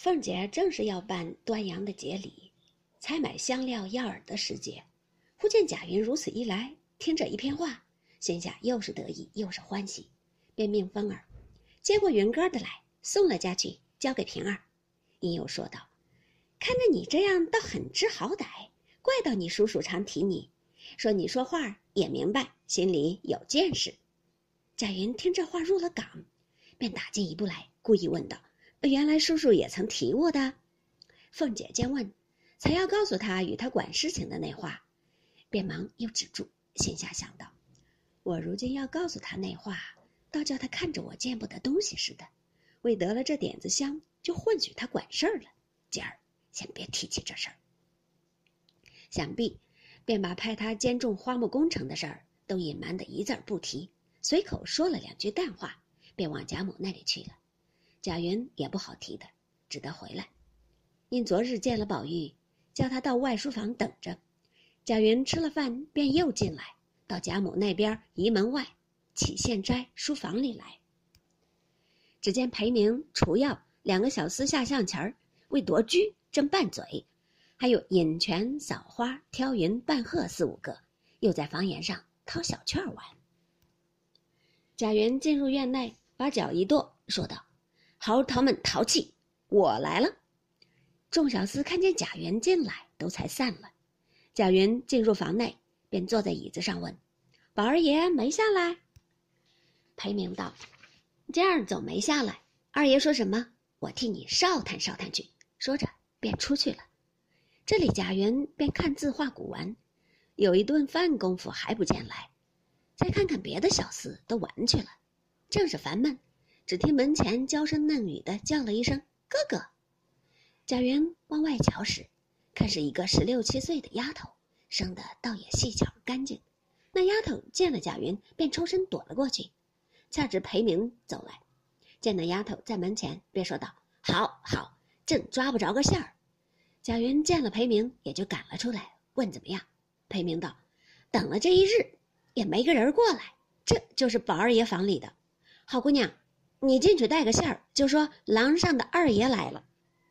凤姐正是要办端阳的节礼，采买香料药饵的时节，忽见贾云如此一来，听这一片话，心下又是得意又是欢喜，便命凤儿接过云鸽的来，送了家去，交给平儿。因又说道：“看着你这样倒很知好歹，怪到你叔叔常提你，说你说话也明白，心里有见识。”贾云听这话入了港，便打进一步来，故意问道：“原来叔叔也曾提我的？”凤姐见问，才要告诉他与他管事情的那话，便忙又止住，心下想到：我如今要告诉他那话，倒叫他看着我见不得东西似的，为得了这点子香，就混许他管事儿了。今儿先别提起这事儿。想必便把派他监重花木工程的事儿都隐瞒得一字儿不提，随口说了两句淡话，便往贾母那里去了。贾云也不好提的，只得回来。因昨日见了宝玉，叫他到外书房等着。贾云吃了饭，便又进来，到贾母那边移门外起县斋书房里来。只见裴明、除药两个小厮下象前儿，为夺居正拌嘴，还有引泉、扫花、挑云、扮鹤四五个，又在房檐上掏小圈玩。贾云进入院内，把脚一跺，说道：“嚎啕们淘气，我来了。”众小厮看见贾云进来，都才散了。贾云进入房内，便坐在椅子上问：“宝二爷没下来？”裴明道：“今儿总没下来，二爷说什么，我替你少探少探去。”说着便出去了。这里贾云便看字画古玩，有一顿饭功夫还不见来，再看看别的小厮都玩去了，正是烦闷，只听门前娇声嫩语的叫了一声“哥哥”。贾云往外瞧时，看是一个16、17岁的丫头，生得倒也细巧干净。那丫头见了贾云，便抽身躲了过去。恰值裴明走来，见那丫头在门前，便说道：“好好，正抓不着个线儿。”贾云见了裴明，也就赶了出来，问怎么样。裴明道：“等了这一日，也没个人过来，这就是宝二爷房里的。好姑娘，你进去带个线儿，就说廊上的二爷来了。”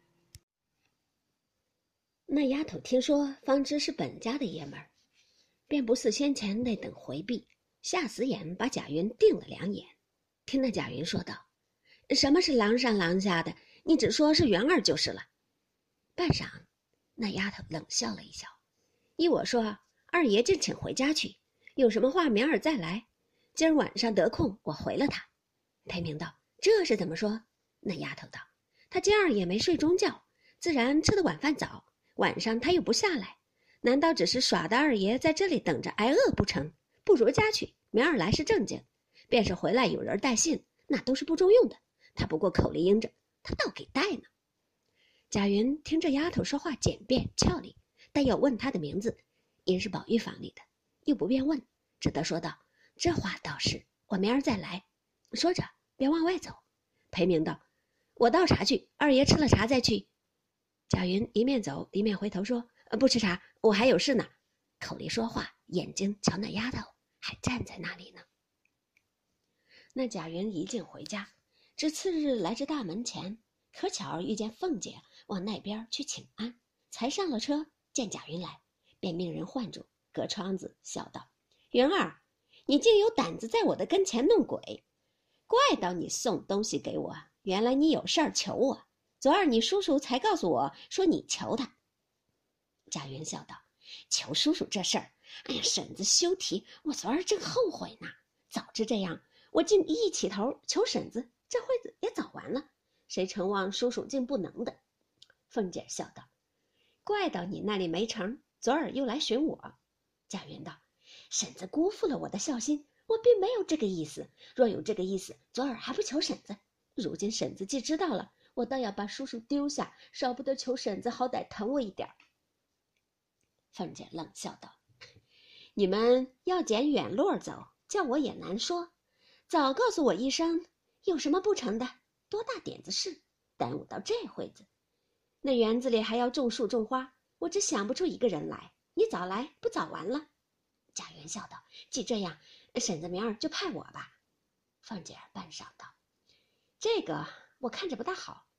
那丫头听说，方知是本家的爷们儿，便不似先前那等回避，下死眼把贾云定了两眼。听那贾云说道：“什么是廊上廊下的？你只说是元儿就是了。”半晌，那丫头冷笑了一笑：“依我说，二爷就请回家去，有什么话明儿再来。今儿晚上得空，我回了他。”裴明道：“这是怎么说？”那丫头道：“他今儿也没睡中觉，自然吃的晚饭早，晚上他又不下来，难道只是耍的二爷在这里等着挨饿不成？不如家去，明儿来是正经。便是回来有人带信，那都是不中用的。他不过口里应着，他倒给带呢。”贾云听这丫头说话简便俏丽，但要问她的名字，因是宝玉房里的，又不便问，只得说道：“这话倒是，我明儿再来。”说着便往外走。裴明道：“我倒茶去，二爷吃了茶再去。”贾云一面走一面回头说：“不吃茶，我还有事呢。”口里说话，眼睛瞧那丫头还站在那里呢。那贾云一进回家，至次日来至大门前，可巧遇见凤姐往那边去请安，才上了车，见贾云来，便命人唤住，隔窗子笑道：“云儿，你竟有胆子在我的跟前弄鬼，怪到你送东西给我，原来你有事儿求我。昨儿你叔叔才告诉我说你求他。”贾云笑道：“求叔叔这事儿，哎呀，婶子休提，我昨儿正后悔呢。早知这样，我竟一起头求婶子，这会子也早完了。谁承望叔叔竟不能的。”凤姐笑道：“怪到你那里没成，昨儿又来寻我。”贾云道：“婶子辜负了我的孝心，我并没有这个意思。若有这个意思，昨儿还不求婶子。如今婶子既知道了，我倒要把叔叔丢下，少不得求婶子好歹疼我一点。”凤姐冷笑道：“你们要捡远路走，叫我也难说。早告诉我一声，有什么不成的？多大点子事，耽误到这会子。那园子里还要种树种花，我只想不出一个人来。你早来，不早完了。”贾云笑道：“既这样，婶子明儿就派我吧。”凤姐半晌道：“这个我看着不大好，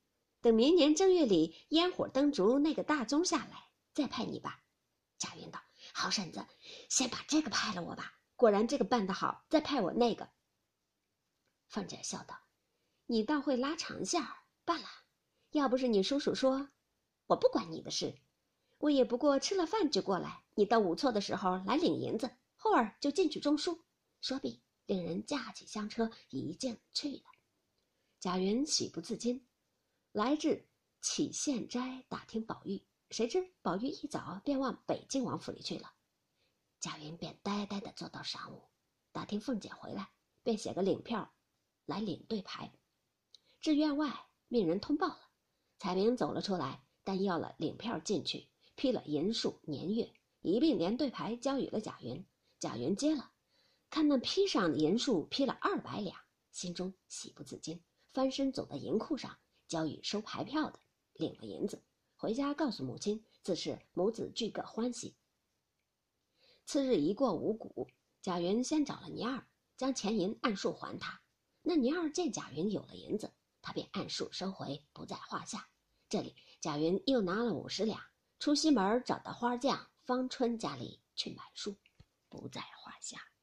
等明年正月里烟火灯烛那个大宗下来，再派你吧。贾云道：好婶子，先把这个派了我吧。果然这个办得好，再派我那个。凤姐笑道：你倒会拉长线儿，罢了。要不是你叔叔说，我不管你的事，我也不过吃了饭就过来。你到午错的时候来领银子，后儿就进去种树。说毕，令人架起香车，一径去了。贾云喜不自禁，来至启县斋打听宝玉，谁知宝玉一早便往北静王府里去了。贾云便呆呆地坐到晌午，打听凤姐回来，便写个领票来领对牌。至院外命人通报了，彩明走了出来，但要了领票进去，批了银数年月，一并连对牌交与了贾云。贾云接了，看那批上的银数批了200两，心中喜不自禁，翻身走到银库上，交与收牌票的，领了银子，回家告诉母亲，自是母子俱各欢喜。次日一过5谷，贾云先找了倪二，将钱银按数还他。那倪二见贾云有了银子，他便按数收回，不在话下。这里贾云又拿了50两，出西门找到花匠方春家里去买树，不在话下。